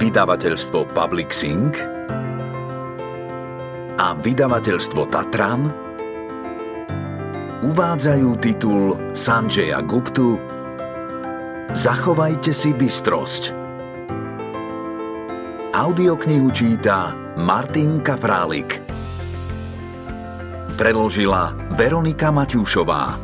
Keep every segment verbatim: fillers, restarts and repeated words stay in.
Vydavateľstvo Public Sync a vydavateľstvo Tatran uvádzajú titul Sanjaya Guptu Zachovajte si bystrosť. Audioknihu číta Martin Kaprálik. Preložila Veronika Maťúšová.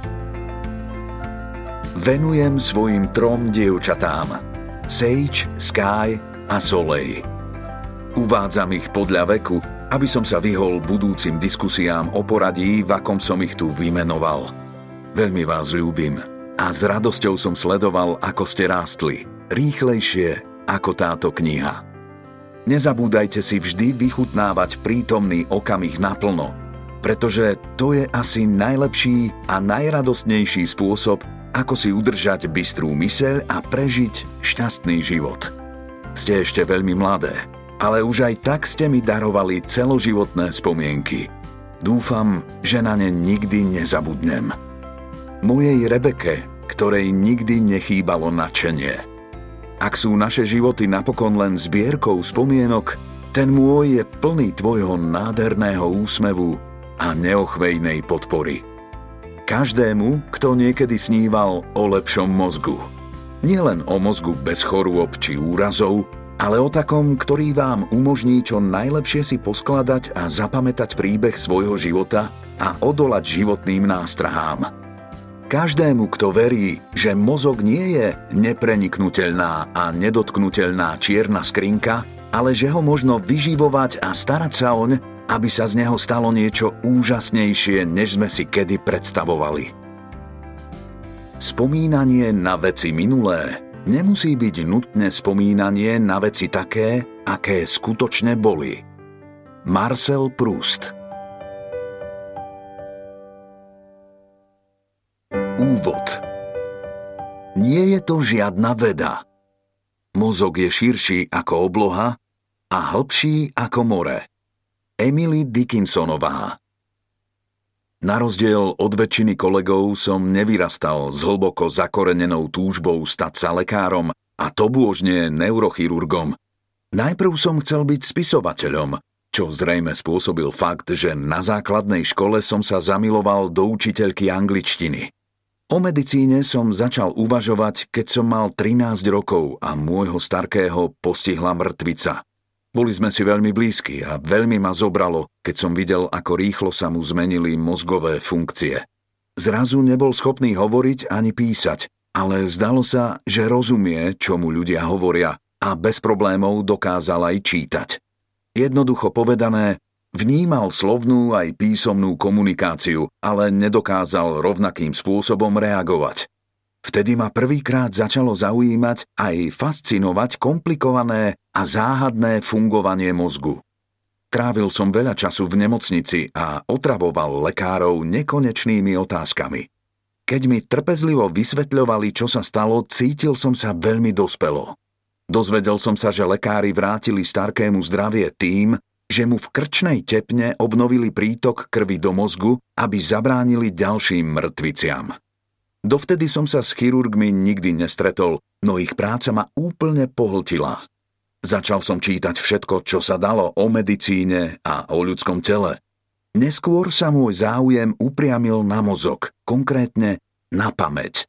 Venujem svojim trom dievčatám Sage, Sky a Soleil. Uvádzam ich podľa veku, aby som sa vyhol budúcim diskusiám o poradí, v akom som ich tu vymenoval. Veľmi vás ľúbim a s radosťou som sledoval, ako ste rástli, rýchlejšie ako táto kniha. Nezabúdajte si vždy vychutnávať prítomný okamih naplno, pretože to je asi najlepší a najradostnejší spôsob, ako si udržať bystrú myseľ a prežiť šťastný život. Ste ešte veľmi mladé, ale už aj tak ste mi darovali celoživotné spomienky. Dúfam, že na ne nikdy nezabudnem. Mojej Rebeke, ktorej nikdy nechýbalo nadšenie. Ak sú naše životy napokon len zbierkou spomienok, ten môj je plný tvojho nádherného úsmevu a neochvejnej podpory. Každému, kto niekedy sníval o lepšom mozgu. Nielen o mozgu bez chorôb či úrazov, ale o takom, ktorý vám umožní čo najlepšie si poskladať a zapamätať príbeh svojho života a odolať životným nástrahám. Každému, kto verí, že mozog nie je nepreniknuteľná a nedotknuteľná čierna skrinka, ale že ho možno vyživovať a starať sa oň, aby sa z neho stalo niečo úžasnejšie, než sme si kedy predstavovali. Spomínanie na veci minulé nemusí byť nutne spomínanie na veci také, aké skutočne boli. Marcel Proust. Úvod. Nie je to žiadna veda. Mozog je širší ako obloha a hlbší ako more. Emily Dickinsonová. Na rozdiel od väčšiny kolegov som nevyrastal s hlboko zakorenenou túžbou stať sa lekárom a tobôžne neurochirurgom. Najprv som chcel byť spisovateľom, čo zrejme spôsobil fakt, že na základnej škole som sa zamiloval do učiteľky angličtiny. O medicíne som začal uvažovať, keď som mal trinásť rokov a môjho starkého postihla mŕtvica. Boli sme si veľmi blízki a veľmi ma zobralo, keď som videl, ako rýchlo sa mu zmenili mozgové funkcie. Zrazu nebol schopný hovoriť ani písať, ale zdalo sa, že rozumie, čo mu ľudia hovoria a bez problémov dokázal aj čítať. Jednoducho povedané, vnímal slovnú aj písomnú komunikáciu, ale nedokázal rovnakým spôsobom reagovať. Vtedy ma prvýkrát začalo zaujímať aj fascinovať komplikované a záhadné fungovanie mozgu. Trávil som veľa času v nemocnici a otravoval lekárov nekonečnými otázkami. Keď mi trpezlivo vysvetľovali, čo sa stalo, cítil som sa veľmi dospelo. Dozvedel som sa, že lekári vrátili starkému zdravie tým, že mu v krčnej tepne obnovili prítok krvi do mozgu, aby zabránili ďalším mŕtviciam. Dovtedy som sa s chirurgmi nikdy nestretol, no ich práca ma úplne pohltila. Začal som čítať všetko, čo sa dalo o medicíne a o ľudskom tele. Neskôr sa môj záujem upriamil na mozog, konkrétne na pamäť.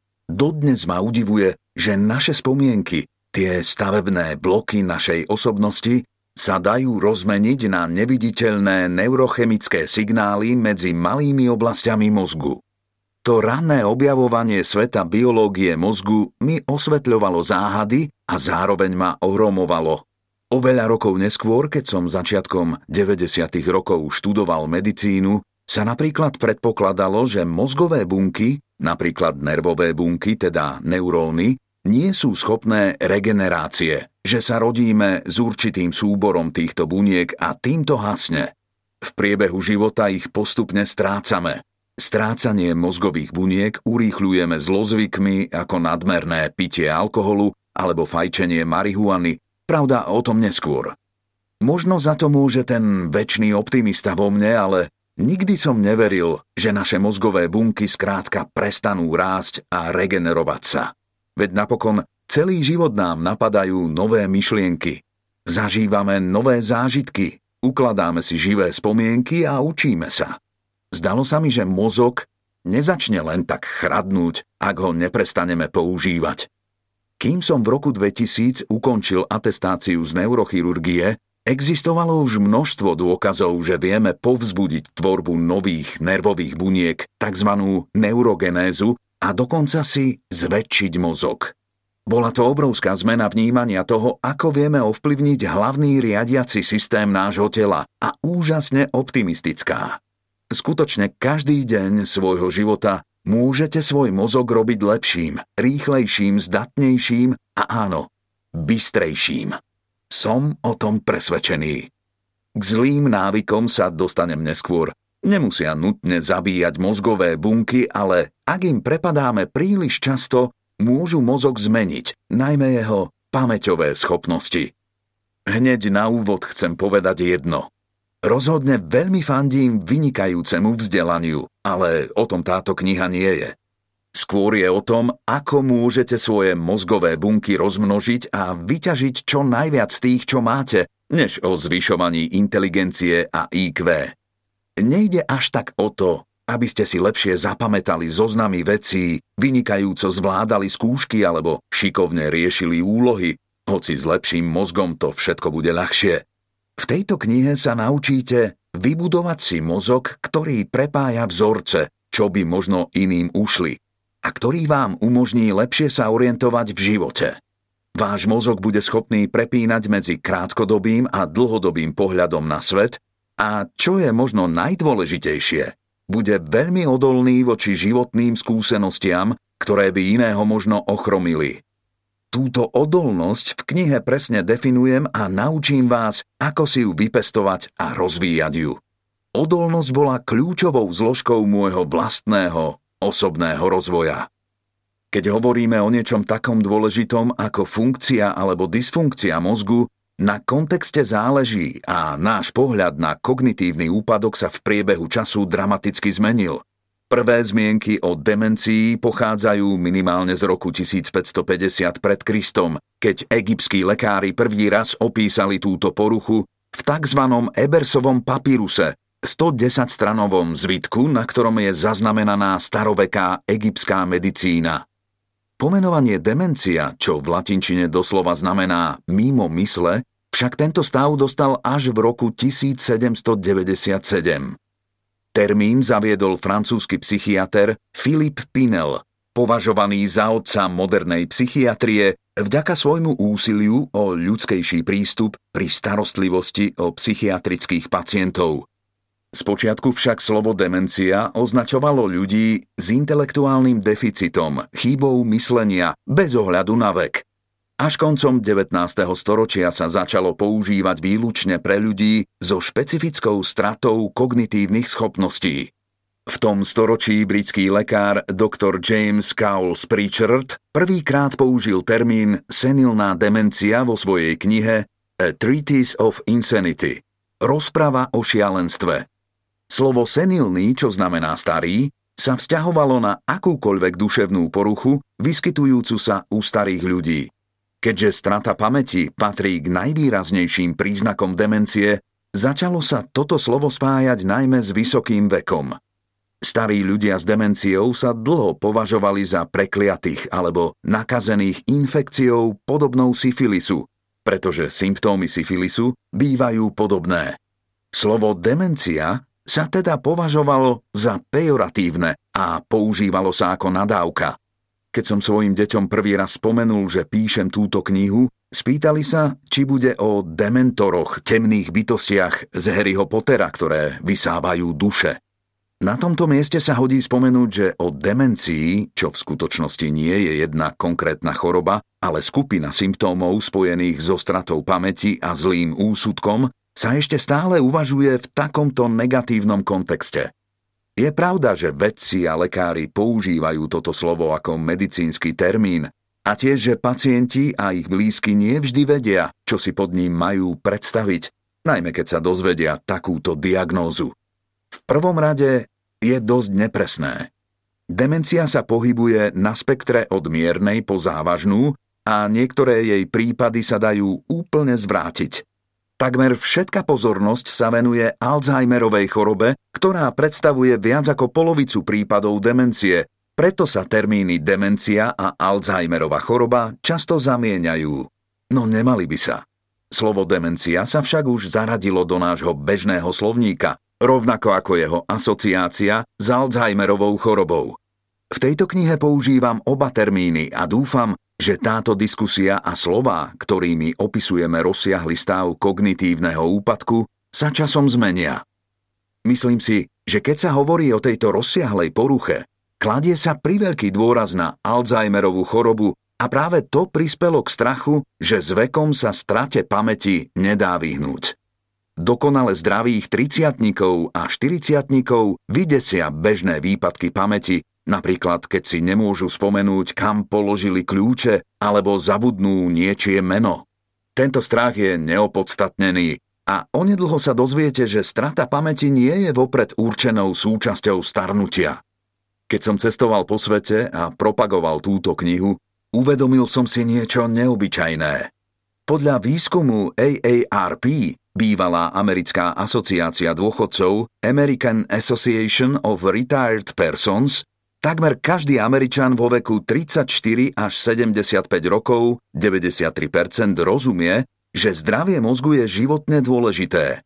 Dodnes ma udivuje, že naše spomienky, tie stavebné bloky našej osobnosti, sa dajú rozmeniť na neviditeľné neurochemické signály medzi malými oblastiami mozgu. To ranné objavovanie sveta biológie mozgu mi osvetľovalo záhady a zároveň ma ohromovalo. Oveľa rokov neskôr, keď som začiatkom deväťdesiatych rokov študoval medicínu, sa napríklad predpokladalo, že mozgové bunky, napríklad nervové bunky, teda neuróny, nie sú schopné regenerácie, že sa rodíme s určitým súborom týchto buniek a týmto hasne. V priebehu života ich postupne strácame. Strácanie mozgových buniek urýchľujeme zlozvykmi ako nadmerné pitie alkoholu alebo fajčenie marihuany, pravda o tom neskôr. Možno za to môže ten večný optimista vo mne, ale nikdy som neveril, že naše mozgové bunky skrátka prestanú rásť a regenerovať sa. Veď napokon Celý život nám napadajú nové myšlienky. Zažívame nové zážitky, ukladáme si živé spomienky a učíme sa. Zdalo sa mi, že mozog nezačne len tak chradnúť, ak ho neprestaneme používať. Kým som v roku dvetisíc ukončil atestáciu z neurochirurgie, existovalo už množstvo dôkazov, že vieme povzbudiť tvorbu nových nervových buniek, takzvanú neurogenézu, a dokonca si zväčšiť mozog. Bola to obrovská zmena vnímania toho, ako vieme ovplyvniť hlavný riadiaci systém nášho tela a úžasne optimistická. Skutočne každý deň svojho života môžete svoj mozog robiť lepším, rýchlejším, zdatnejším a áno, bystrejším. Som o tom presvedčený. K zlým návykom sa dostanem neskôr. Nemusia nutne zabíjať mozgové bunky, ale ak im prepadáme príliš často, môžu mozog zmeniť, najmä jeho pamäťové schopnosti. Hneď na úvod chcem povedať jedno. Rozhodne veľmi fandím vynikajúcemu vzdelaniu, ale o tom táto kniha nie je. Skôr je o tom, ako môžete svoje mozgové bunky rozmnožiť a vyťažiť čo najviac z tých, čo máte, než o zvyšovaní inteligencie a í kvé. Nejde až tak o to, aby ste si lepšie zapamätali zoznamy vecí, vynikajúco zvládali skúšky alebo šikovne riešili úlohy, hoci s lepším mozgom to všetko bude ľahšie. V tejto knihe sa naučíte vybudovať si mozog, ktorý prepája vzorce, čo by možno iným ušli, a ktorý vám umožní lepšie sa orientovať v živote. Váš mozog bude schopný prepínať medzi krátkodobým a dlhodobým pohľadom na svet a, čo je možno najdôležitejšie, bude veľmi odolný voči životným skúsenostiam, ktoré by iného možno ochromili. Túto odolnosť v knihe presne definujem a naučím vás, ako si ju vypestovať a rozvíjať ju. Odolnosť bola kľúčovou zložkou môjho vlastného osobného rozvoja. Keď hovoríme o niečom takom dôležitom ako funkcia alebo dysfunkcia mozgu, na kontexte záleží a náš pohľad na kognitívny úpadok sa v priebehu času dramaticky zmenil. Prvé zmienky o demencii pochádzajú minimálne z roku tisícpäťstopäťdesiat pred Kristom, keď egyptskí lekári prvý raz opísali túto poruchu v takzvanom Ebersovom papíruse, stodesaťstranovom zvitku, na ktorom je zaznamenaná staroveká egyptská medicína. Pomenovanie demencia, čo v latinčine doslova znamená mimo mysle, však tento stav dostal až v roku tisícsedemstodeväťdesiatsedem. Termín zaviedol francúzsky psychiater Philippe Pinel, považovaný za otca modernej psychiatrie vďaka svojmu úsiliu o ľudskejší prístup pri starostlivosti o psychiatrických pacientov. Spočiatku však slovo demencia označovalo ľudí s intelektuálnym deficitom, chýbou myslenia, bez ohľadu na vek. Až koncom devätnásteho storočia sa začalo používať výlučne pre ľudí so špecifickou stratou kognitívnych schopností. V tom storočí britský lekár doktor James Cowles Pritchard prvýkrát použil termín senilná demencia vo svojej knihe A Treatise of Insanity, rozprava o šialenstve. Slovo senilný, čo znamená starý, sa vzťahovalo na akúkoľvek duševnú poruchu vyskytujúcu sa u starých ľudí. Keďže strata pamäti patrí k najvýraznejším príznakom demencie, začalo sa toto slovo spájať najmä s vysokým vekom. Starí ľudia s demenciou sa dlho považovali za prekliatých alebo nakazených infekciou podobnou syfilisu, pretože symptómy syfilisu bývajú podobné. Slovo demencia sa teda považovalo za pejoratívne a používalo sa ako nadávka. Keď som svojim deťom prvý raz spomenul, že píšem túto knihu, spýtali sa, či bude o dementoroch, temných bytostiach z Harryho Pottera, ktoré vysávajú duše. Na tomto mieste sa hodí spomenúť, že o demencii, čo v skutočnosti nie je jedna konkrétna choroba, ale skupina symptómov spojených so stratou pamäti a zlým úsudkom, sa ešte stále uvažuje v takomto negatívnom kontexte. Je pravda, že vedci a lekári používajú toto slovo ako medicínsky termín a tiež, že pacienti a ich blízky nie vždy vedia, čo si pod ním majú predstaviť, najmä keď sa dozvedia takúto diagnózu. V prvom rade je dosť nepresné. Demencia sa pohybuje na spektre od miernej po závažnú a niektoré jej prípady sa dajú úplne zvrátiť. Takmer všetka pozornosť sa venuje Alzheimerovej chorobe, ktorá predstavuje viac ako polovicu prípadov demencie, preto sa termíny demencia a Alzheimerova choroba často zamieňajú. No nemali by sa. Slovo demencia sa však už zaradilo do nášho bežného slovníka, rovnako ako jeho asociácia s Alzheimerovou chorobou. V tejto knihe používam oba termíny a dúfam, že táto diskusia a slová, ktorými opisujeme rozsiahly stav kognitívneho úpadku, sa časom zmenia. Myslím si, že keď sa hovorí o tejto rozsiahlej poruche, kladie sa priveľký dôraz na Alzheimerovú chorobu a práve to prispelo k strachu, že s vekom sa strate pamäti nedá vyhnúť. Dokonale zdravých tridsiatnikov a štyridsiatnikov vydesia bežné výpadky pamäti, napríklad keď si nemôžu spomenúť, kam položili kľúče alebo zabudnú niečie meno. Tento strach je neopodstatnený a onedlho sa dozviete, že strata pamäti nie je vopred určenou súčasťou starnutia. Keď som cestoval po svete a propagoval túto knihu, uvedomil som si niečo neobyčajné. Podľa výskumu A A R P, bývalá americká asociácia dôchodcov American Association of Retired Persons, takmer každý Američan vo veku tridsaťštyri až sedemdesiatpäť rokov, deväťdesiattri percent rozumie, že zdravie mozgu je životne dôležité.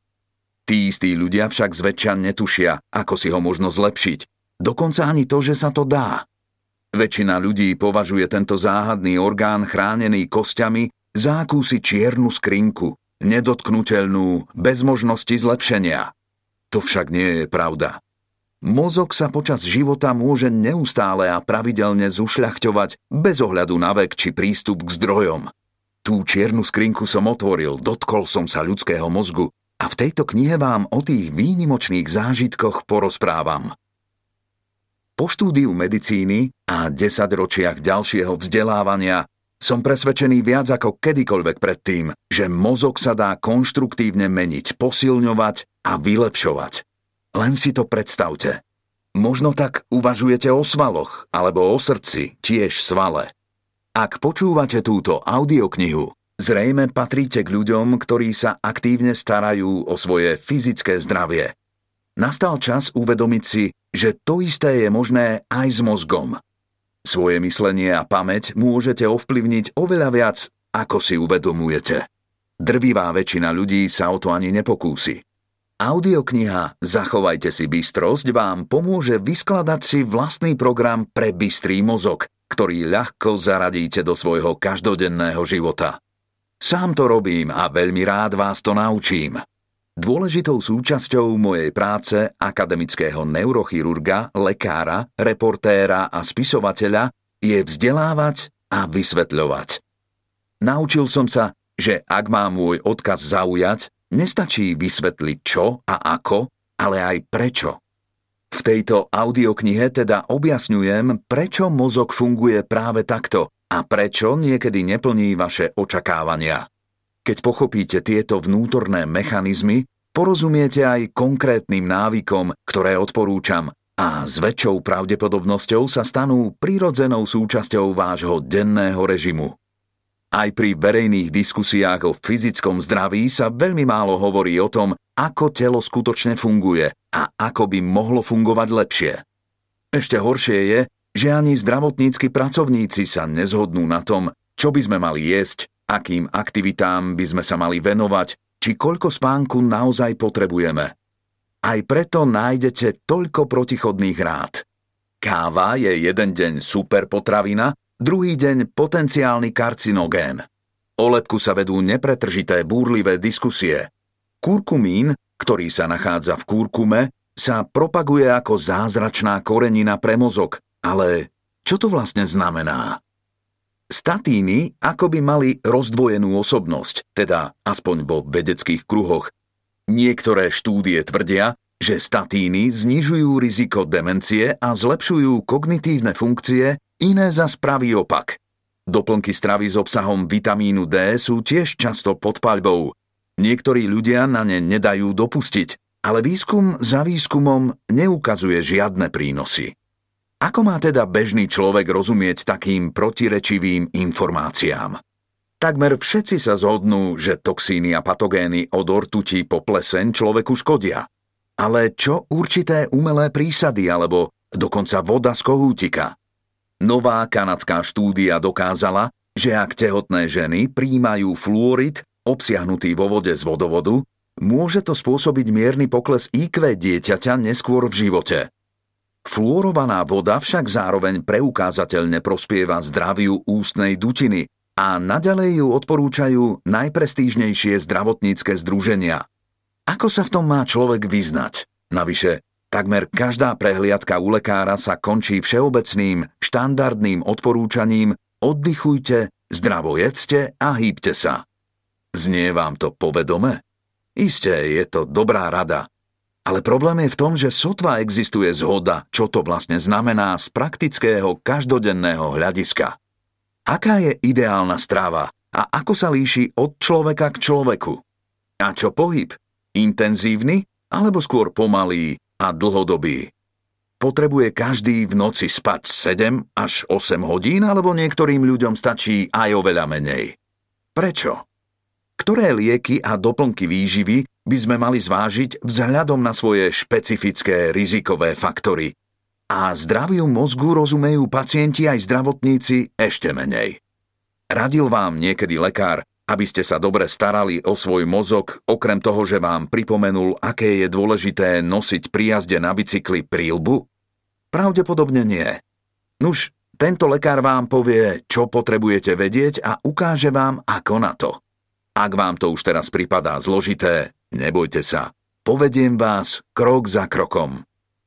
Tí istí ľudia však zväčša netušia, ako si ho možno zlepšiť. Dokonca ani to, že sa to dá. Väčšina ľudí považuje tento záhadný orgán chránený kostiami za akúsi čiernu skrinku, nedotknuteľnú, bez možnosti zlepšenia. To však nie je pravda. Mozog sa počas života môže neustále a pravidelne zušľachťovať bez ohľadu na vek či prístup k zdrojom. Tú čiernu skrinku som otvoril, dotkol som sa ľudského mozgu a v tejto knihe vám o tých výnimočných zážitkoch porozprávam. Po štúdiu medicíny a desaťročiach ďalšieho vzdelávania som presvedčený viac ako kedykoľvek predtým, že mozog sa dá konštruktívne meniť, posilňovať a vylepšovať. Len si to predstavte. Možno tak uvažujete o svaloch alebo o srdci, tiež svale. Ak počúvate túto audioknihu, zrejme patríte k ľuďom, ktorí sa aktívne starajú o svoje fyzické zdravie. Nastal čas uvedomiť si, že to isté je možné aj s mozgom. Svoje myslenie a pamäť môžete ovplyvniť oveľa viac, ako si uvedomujete. Drvivá väčšina ľudí sa o to ani nepokúsi. Audiokniha Zachovajte si bystrosť vám pomôže vyskladať si vlastný program pre bystrý mozog, ktorý ľahko zaradíte do svojho každodenného života. Sám to robím a veľmi rád vás to naučím. Dôležitou súčasťou mojej práce akademického neurochirurga, lekára, reportéra a spisovateľa je vzdelávať a vysvetľovať. Naučil som sa, že ak má môj odkaz zaujať, nestačí vysvetliť čo a ako, ale aj prečo. V tejto audioknihe teda objasňujem, prečo mozog funguje práve takto a prečo niekedy neplní vaše očakávania. Keď pochopíte tieto vnútorné mechanizmy, porozumiete aj konkrétnym návykom, ktoré odporúčam a s väčšou pravdepodobnosťou sa stanú prirodzenou súčasťou vášho denného režimu. Aj pri verejných diskusiách o fyzickom zdraví sa veľmi málo hovorí o tom, ako telo skutočne funguje a ako by mohlo fungovať lepšie. Ešte horšie je, že ani zdravotnícki pracovníci sa nezhodnú na tom, čo by sme mali jesť, akým aktivitám by sme sa mali venovať, či koľko spánku naozaj potrebujeme. Aj preto nájdete toľko protichodných rád. Káva je jeden deň super potravina, druhý deň potenciálny karcinogén. O lebku sa vedú nepretržité búrlivé diskusie. Kurkumín, ktorý sa nachádza v kurkume, sa propaguje ako zázračná korenina pre mozog. Ale čo to vlastne znamená? Statíny akoby mali rozdvojenú osobnosť, teda aspoň vo vedeckých kruhoch. Niektoré štúdie tvrdia, že statíny znižujú riziko demencie a zlepšujú kognitívne funkcie, iné zas pravý opak. Doplnky stravy s obsahom vitamínu D sú tiež často pod paľbou. Niektorí ľudia na ne nedajú dopustiť, ale výskum za výskumom neukazuje žiadne prínosy. Ako má teda bežný človek rozumieť takým protirečivým informáciám? Takmer všetci sa zhodnú, že toxíny a patogény od ortuti po pleseň človeku škodia. Ale čo určité umelé prísady alebo dokonca voda z kohútika? Nová kanadská štúdia dokázala, že ak tehotné ženy prijímajú fluorid obsiahnutý vo vode z vodovodu, môže to spôsobiť mierny pokles í kvé dieťaťa neskôr v živote. Fluorovaná voda však zároveň preukázateľne prospieva zdraviu ústnej dutiny a naďalej ju odporúčajú najprestížnejšie zdravotnícke združenia. Ako sa v tom má človek vyznať? Navyše, takmer každá prehliadka u lekára sa končí všeobecným, štandardným odporúčaním oddychujte, zdravo jedzte a hýbte sa. Znie vám to povedome? Isté, je to dobrá rada. Ale problém je v tom, že sotva existuje zhoda, čo to vlastne znamená z praktického každodenného hľadiska. Aká je ideálna strava a ako sa líši od človeka k človeku? A čo pohyb? Intenzívny alebo skôr pomalý a dlhodobý? Potrebuje každý v noci spať sedem až osem hodín alebo niektorým ľuďom stačí aj oveľa menej? Prečo? Ktoré lieky a doplnky výživy by sme mali zvážiť vzhľadom na svoje špecifické rizikové faktory? A zdraviu mozgu rozumejú pacienti aj zdravotníci ešte menej. Radil vám niekedy lekár, aby ste sa dobre starali o svoj mozog, okrem toho, že vám pripomenul, aké je dôležité nosiť pri jazde na bicykli príľbu? Pravdepodobne nie. Nuž, tento lekár vám povie, čo potrebujete vedieť a ukáže vám, ako na to. Ak vám to už teraz pripadá zložité, nebojte sa. Povediem vás krok za krokom.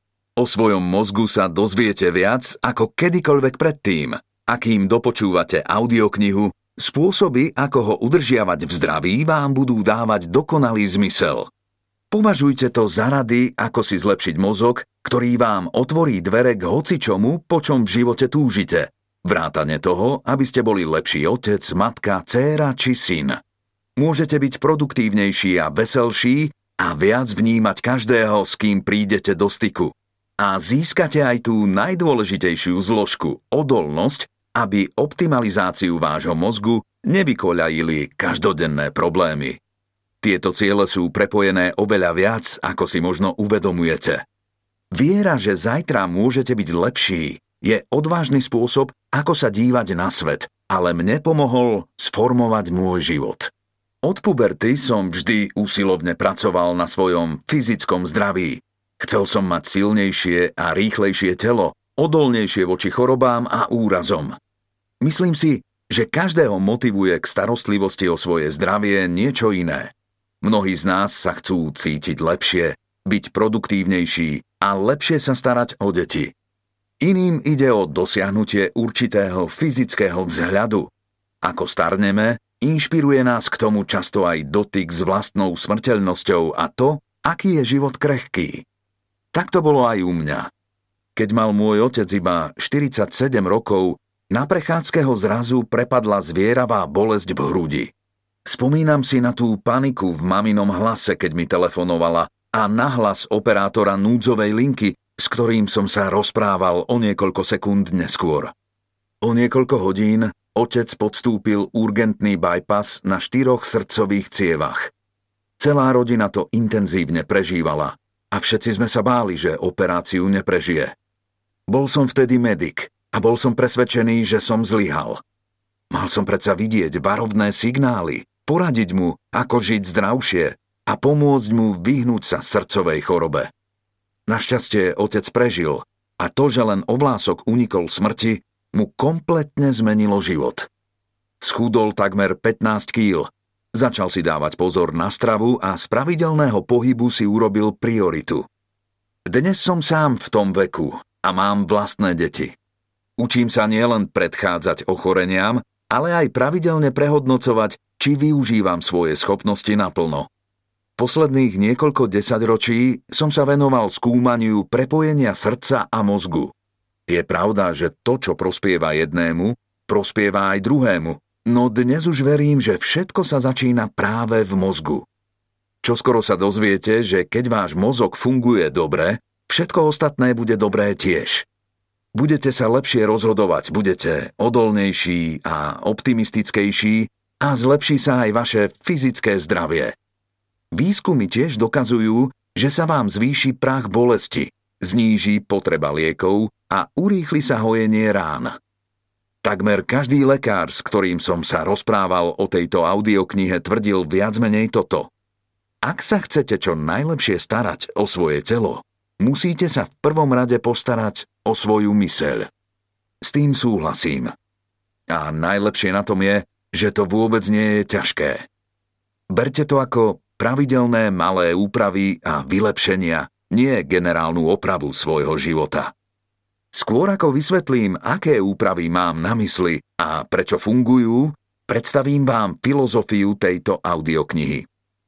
O svojom mozgu sa dozviete viac ako kedykoľvek predtým, akým dopočúvate audioknihu. Spôsoby, ako ho udržiavať v zdraví, vám budú dávať dokonalý zmysel. Považujte to za rady, ako si zlepšiť mozog, ktorý vám otvorí dvere k hocičomu, po čom v živote túžite. Vrátane toho, aby ste boli lepší otec, matka, dcéra či syn. Môžete byť produktívnejší a veselší a viac vnímať každého, s kým prídete do styku. A získate aj tú najdôležitejšiu zložku, odolnosť, aby optimalizáciu vášho mozgu nevykoľajili každodenné problémy. Tieto ciele sú prepojené oveľa viac, ako si možno uvedomujete. Viera, že zajtra môžete byť lepší, je odvážny spôsob, ako sa dívať na svet, ale mne pomohol sformovať môj život. Od puberty som vždy usilovne pracoval na svojom fyzickom zdraví. Chcel som mať silnejšie a rýchlejšie telo, odolnejšie voči chorobám a úrazom. Myslím si, že každého motivuje k starostlivosti o svoje zdravie niečo iné. Mnohí z nás sa chcú cítiť lepšie, byť produktívnejší a lepšie sa starať o deti. Iným ide o dosiahnutie určitého fyzického vzhľadu. Ako starneme, inšpiruje nás k tomu často aj dotyk s vlastnou smrteľnosťou a to, aký je život krehký. Tak to bolo aj u mňa. Keď mal môj otec iba štyridsaťsedem rokov, na prechádzke ho zrazu prepadla zvieravá bolesť v hrudi. Spomínam si na tú paniku v maminom hlase, keď mi telefonovala, a na hlas operátora núdzovej linky, s ktorým som sa rozprával o niekoľko sekúnd neskôr. O niekoľko hodín otec podstúpil urgentný bypass na štyroch srdcových cievach. Celá rodina to intenzívne prežívala a všetci sme sa báli, že operáciu neprežije. Bol som vtedy medik a bol som presvedčený, že som zlyhal. Mal som predsa vidieť varovné signály, poradiť mu, ako žiť zdravšie a pomôcť mu vyhnúť sa srdcovej chorobe. Našťastie otec prežil a to, že len ovlások unikol smrti, mu kompletne zmenilo život. Schudol takmer pätnásť kíl, začal si dávať pozor na stravu a z pravidelného pohybu si urobil prioritu. Dnes som sám v tom veku a mám vlastné deti. Učím sa nielen predchádzať ochoreniam, ale aj pravidelne prehodnocovať, či využívam svoje schopnosti naplno. Posledných niekoľko desaťročí som sa venoval skúmaniu prepojenia srdca a mozgu. Je pravda, že to, čo prospieva jednému, prospieva aj druhému, no dnes už verím, že všetko sa začína práve v mozgu. Čoskoro sa dozviete, že keď váš mozog funguje dobre, všetko ostatné bude dobré tiež. Budete sa lepšie rozhodovať, budete odolnejší a optimistickejší a zlepší sa aj vaše fyzické zdravie. Výskumy tiež dokazujú, že sa vám zvýši prach bolesti, zníži potreba liekov a urýchli sa hojenie rán. Takmer každý lekár, s ktorým som sa rozprával o tejto audioknihe, tvrdil viac menej toto. Ak sa chcete čo najlepšie starať o svoje telo, musíte sa v prvom rade postarať o svoju myseľ. S tým súhlasím. A najlepšie na tom je, že to vôbec nie je ťažké. Berte to ako pravidelné malé úpravy a vylepšenia, nie generálnu opravu svojho života. Skôr ako vysvetlím, aké úpravy mám na mysli a prečo fungujú, predstavím vám filozofiu tejto audioknihy.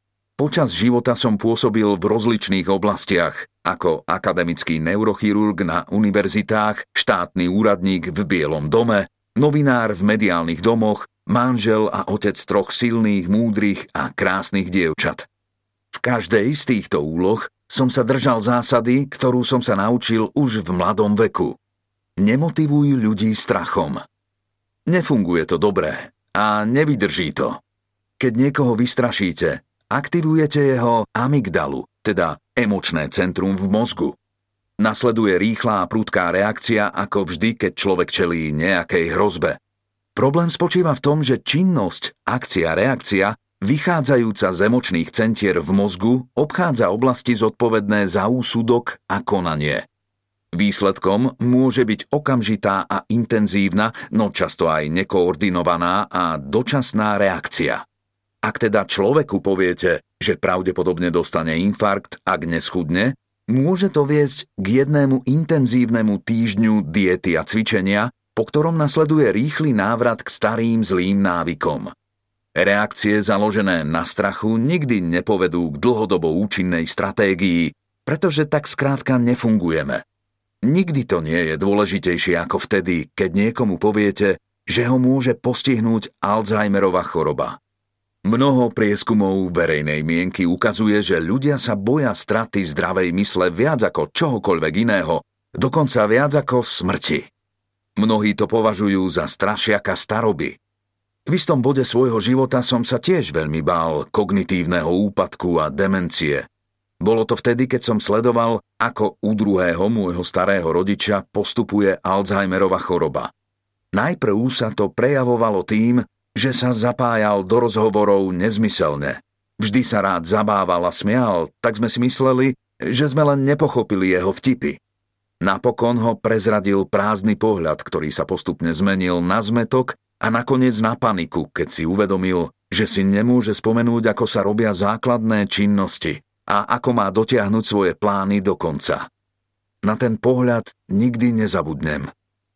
Počas života som pôsobil v rozličných oblastiach, ako akademický neurochirurg na univerzitách, štátny úradník v Bielom dome, novinár v mediálnych domoch, manžel a otec troch silných, múdrych a krásnych dievčat. V každej z týchto úloh som sa držal zásady, ktorú som sa naučil už v mladom veku. Nemotivuj ľudí strachom. Nefunguje to dobré a nevydrží to. Keď niekoho vystrašíte, aktivujete jeho amygdalu, teda emočné centrum v mozgu. Nasleduje rýchla a prudká reakcia, ako vždy, keď človek čelí nejakej hrozbe. Problém spočíva v tom, že činnosť, akcia-reakcia, vychádzajúca z emočných centier v mozgu, obchádza oblasti zodpovedné za úsudok a konanie. Výsledkom môže byť okamžitá a intenzívna, no často aj nekoordinovaná a dočasná reakcia. Ak teda človeku poviete, že pravdepodobne dostane infarkt, ak neschudne, môže to viesť k jednému intenzívnemu týždňu diety a cvičenia, po ktorom nasleduje rýchly návrat k starým zlým návykom. Reakcie založené na strachu nikdy nepovedú k dlhodobo účinnej stratégii, pretože tak skrátka nefungujeme. Nikdy to nie je dôležitejšie ako vtedy, keď niekomu poviete, že ho môže postihnúť Alzheimerova choroba. Mnoho prieskumov verejnej mienky ukazuje, že ľudia sa boja straty zdravej mysle viac ako čohokoľvek iného, dokonca viac ako smrti. Mnohí to považujú za strašiaka staroby. V istom bode svojho života som sa tiež veľmi bál kognitívneho úpadku a demencie. Bolo to vtedy, keď som sledoval, ako u druhého môjho starého rodiča postupuje Alzheimerova choroba. Najprv sa to prejavovalo tým, že sa zapájal do rozhovorov nezmyselne. Vždy sa rád zabával a smial, tak sme si mysleli, že sme len nepochopili jeho vtipy. Napokon ho prezradil prázdny pohľad, ktorý sa postupne zmenil na zmätok a nakoniec na paniku, keď si uvedomil, že si nemôže spomenúť, ako sa robia základné činnosti a ako má dotiahnuť svoje plány do konca. Na ten pohľad nikdy nezabudnem.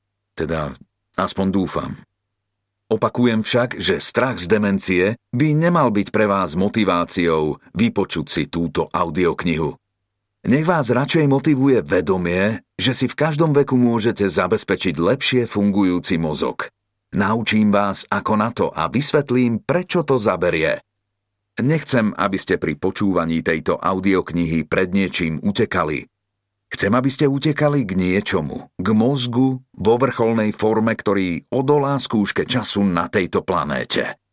Teda aspoň dúfam. Opakujem však, že strach z demencie by nemal byť pre vás motiváciou vypočuť si túto audioknihu. Nech vás radšej motivuje vedomie, že si v každom veku môžete zabezpečiť lepšie fungujúci mozog. Naučím vás ako na to a vysvetlím, prečo to zaberie. Nechcem, aby ste pri počúvaní tejto audioknihy pred niečím utekali. Chcem, aby ste utekali k niečomu, k mozgu vo vrcholnej forme, ktorý odolá skúške času na tejto planéte.